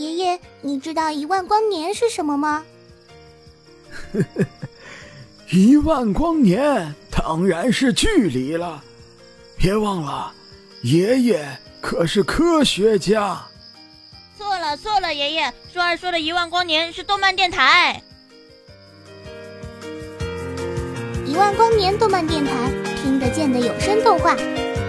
爷爷，你知道1万光年是什么吗 ？1万光年当然是距离了，别忘了，爷爷可是科学家。 错了，爷爷，舒儿说的1万光年是动漫电台。 1万光年动漫电台，听得见的有声动画。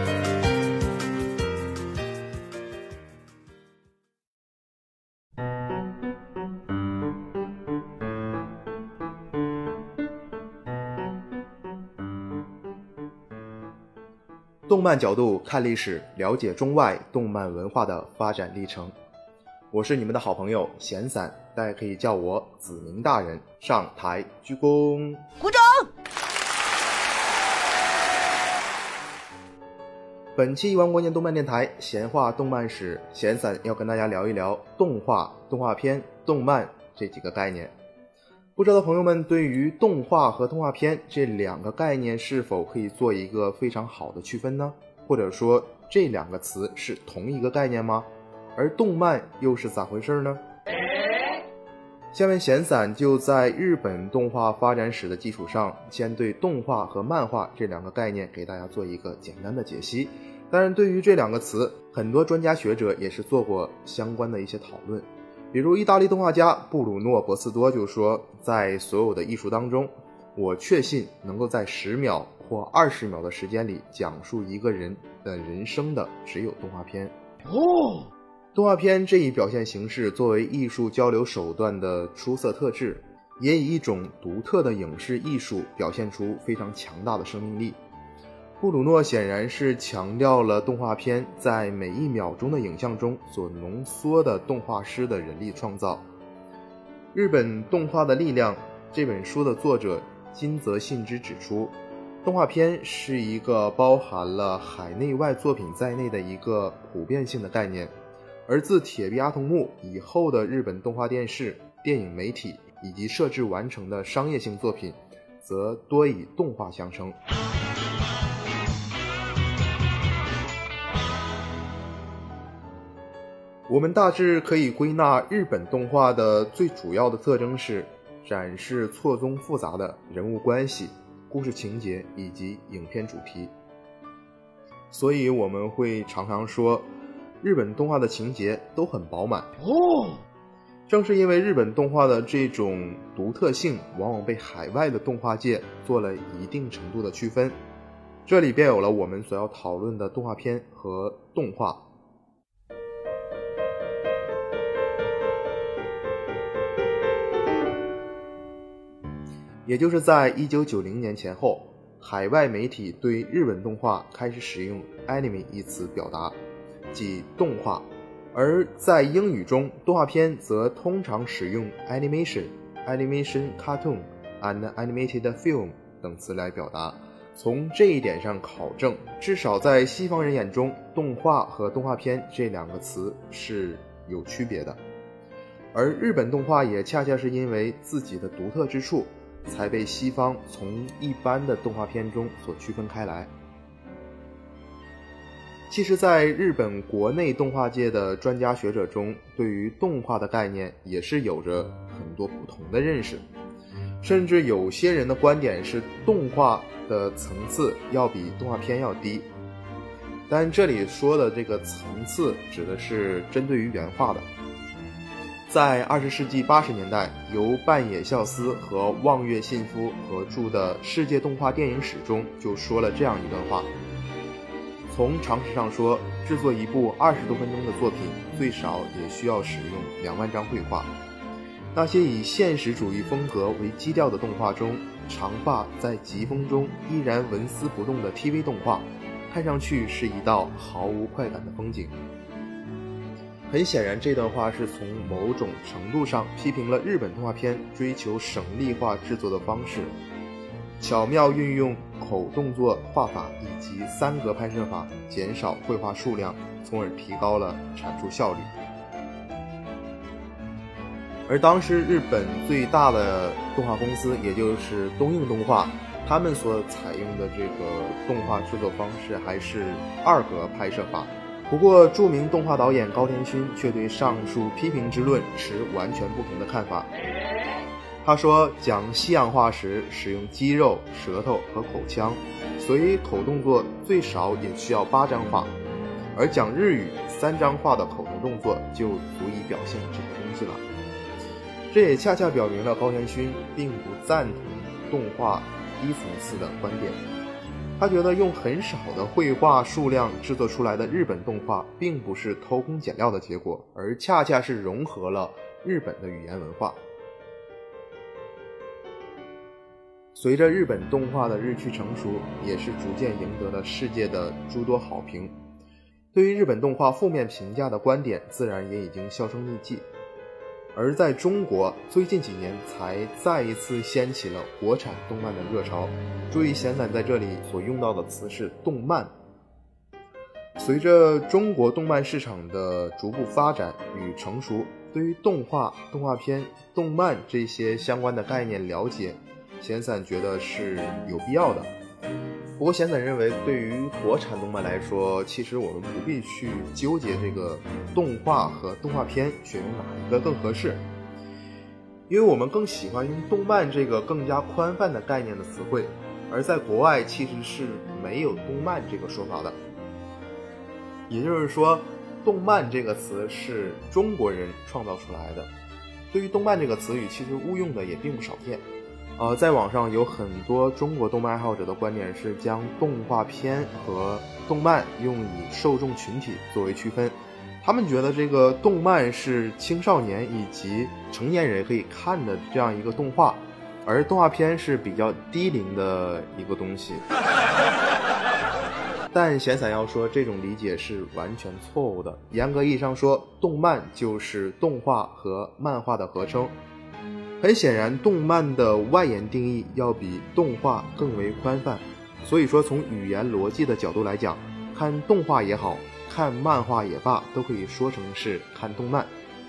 动漫角度看历史，了解中外动漫文化的发展历程。我是你们的好朋友闲散，大家可以叫我子明大人。上台鞠躬， 鼓掌。 本期1万光年动漫电台闲话动漫史，闲散要跟大家聊一聊动画、动画片、动漫这几个概念。不知道朋友们对于动画和动画片这2个概念是否可以做一个非常好的区分呢？或者说这2个词是同一个概念吗？而动漫又是咋回事呢？下面闲散就在日本动画发展史的基础上，先对动画和漫画这2个概念给大家做一个简单的解析。当然对于这2个词，很多专家学者也是做过相关的一些讨论。比如意大利动画家布鲁诺·博斯多就说，在所有的艺术当中，我确信能够在10秒或20秒的时间里讲述一个人的人生的只有动画片。动画片这一表现形式作为艺术交流手段的出色特质，也以一种独特的影视艺术表现出非常强大的生命力。布鲁诺显然是强调了动画片在每1秒钟的影像中所浓缩的动画师的人力创造。日本动画的力量这本书的作者金泽信之指出，动画片是一个包含了海内外作品在内的一个普遍性的概念，而自铁臂阿童木以后的日本动画电视、电影媒体以及摄制完成的商业性作品则多以动画相称。我们大致可以归纳日本动画的最主要的特征是展示错综复杂的人物关系、故事情节以及影片主题。所以我们会常常说日本动画的情节都很饱满。正是因为日本动画的这种独特性，往往被海外的动画界做了一定程度的区分，这里便有了我们所要讨论的动画片和动画。也就是在1990年前后，海外媒体对日本动画开始使用 anime 一词表达，即动画，而在英语中，动画片则通常使用 animation、animation cartoon and animated film 等词来表达。从这一点上考证，至少在西方人眼中，动画和动画片这2个词是有区别的。而日本动画也恰恰是因为自己的独特之处，才被西方从一般的动画片中所区分开来。其实在日本国内动画界的专家学者中，对于动画的概念也是有着很多不同的认识，甚至有些人的观点是动画的层次要比动画片要低。但这里说的这个层次指的是针对于原画的。在20世纪80年代，由半野孝司和望月信夫合著的《世界动画电影史》中就说了这样一段话：从常识上说，制作一部20多分钟的作品，最少也需要使用2万张绘画。那些以现实主义风格为基调的动画中，长发在疾风中依然纹丝不动的 TV 动画，看上去是一道毫无快感的风景。很显然，这段话是从某种程度上批评了日本动画片追求省力化制作的方式，巧妙运用口动作画法以及3格拍摄法，减少绘画数量，从而提高了产出效率。而当时日本最大的动画公司，也就是东映动画，他们所采用的这个动画制作方式还是2格拍摄法， 不过著名动画导演高田勋却对上述批评之论持完全不同的看法。他说，讲西洋话时使用肌肉、舌头和口腔，所以口动作最少也需要8张化，而讲日语3张化的口头动作就足以表现这个东西了。这也恰恰表明了高田勋并不赞同动画低层次的观点。他觉得用很少的绘画数量制作出来的日本动画并不是偷工减料的结果，而恰恰是融合了日本的语言文化。随着日本动画的日趋成熟，也是逐渐赢得了世界的诸多好评。对于日本动画负面评价的观点自然也已经销声匿迹。而在中国，最近几年才再一次掀起了国产动漫的热潮。注意闲散在这里所用到的词是动漫。随着中国动漫市场的逐步发展与成熟，对于动画、动画片、动漫这些相关的概念了解，闲散觉得是有必要的。不过闲散认为，对于国产动漫来说，其实我们不必去纠结这个动画和动画片选用哪一个更合适，因为我们更喜欢用动漫这个更加宽泛的概念的词汇，而在国外其实是没有动漫这个说法的。也就是说，动漫这个词是中国人创造出来的。对于动漫这个词语，其实误用的也并不少见。在网上有很多中国动漫爱好者的观点是将动画片和动漫用以受众群体作为区分，他们觉得这个动漫是青少年以及成年人可以看的这样一个动画，而动画片是比较低龄的一个东西。但闲散要说，这种理解是完全错误的。严格意义上说，动漫就是动画和漫画的合称。很显然，动漫的外延定义要比动画更为宽泛，所以说从语言逻辑的角度来讲，看动画也好，看漫画也罢，都可以说成是看动漫。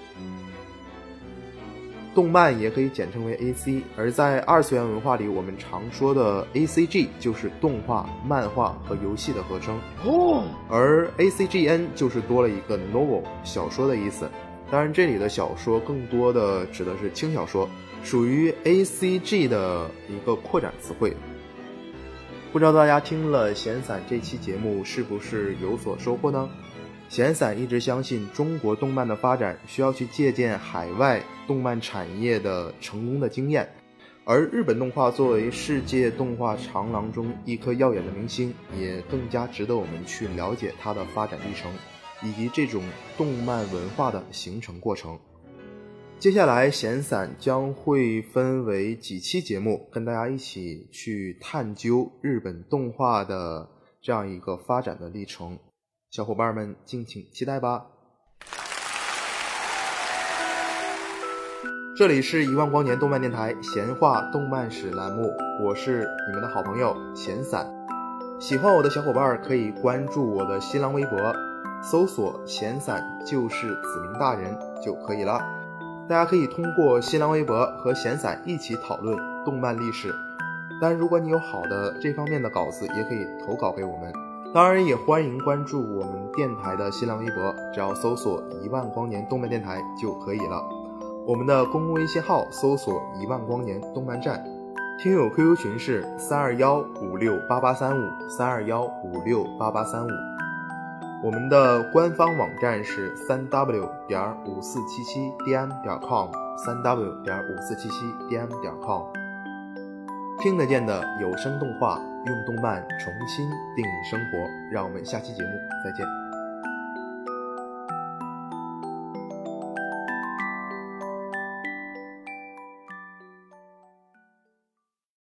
动漫也可以简称为 AC， 而在二次元文化里，我们常说的 ACG 就是动画、漫画和游戏的合称，而 ACGN 就是多了一个 novel 小说的意思。当然这里的小说更多的指的是轻小说，属于 ACG 的一个扩展词汇。不知道大家听了闲散这期节目是不是有所收获呢？闲散一直相信中国动漫的发展需要去借鉴海外动漫产业的成功的经验，而日本动画作为世界动画长廊中一颗耀眼的明星，也更加值得我们去了解它的发展历程以及这种动漫文化的形成过程。接下来闲散将会分为几期节目，跟大家一起去探究日本动画的这样一个发展的历程，小伙伴们敬请期待吧。这里是一万光年动漫电台闲话动漫史栏目，我是你们的好朋友闲散。喜欢我的小伙伴可以关注我的新浪微博，搜索闲散就是子明大人就可以了。大家可以通过新浪微博和闲散一起讨论动漫历史，当然如果你有好的这方面的稿子也可以投稿给我们。当然也欢迎关注我们电台的新浪微博，只要搜索一万光年动漫电台就可以了。我们的公共微信号搜索一万光年动漫站，听友 QQ 群是321568835，321568835。我们的官方网站是 3w.5477dm.com，3w.5477dm.com。听得见的有声动画，用动漫重新定义生活。让我们下期节目再见。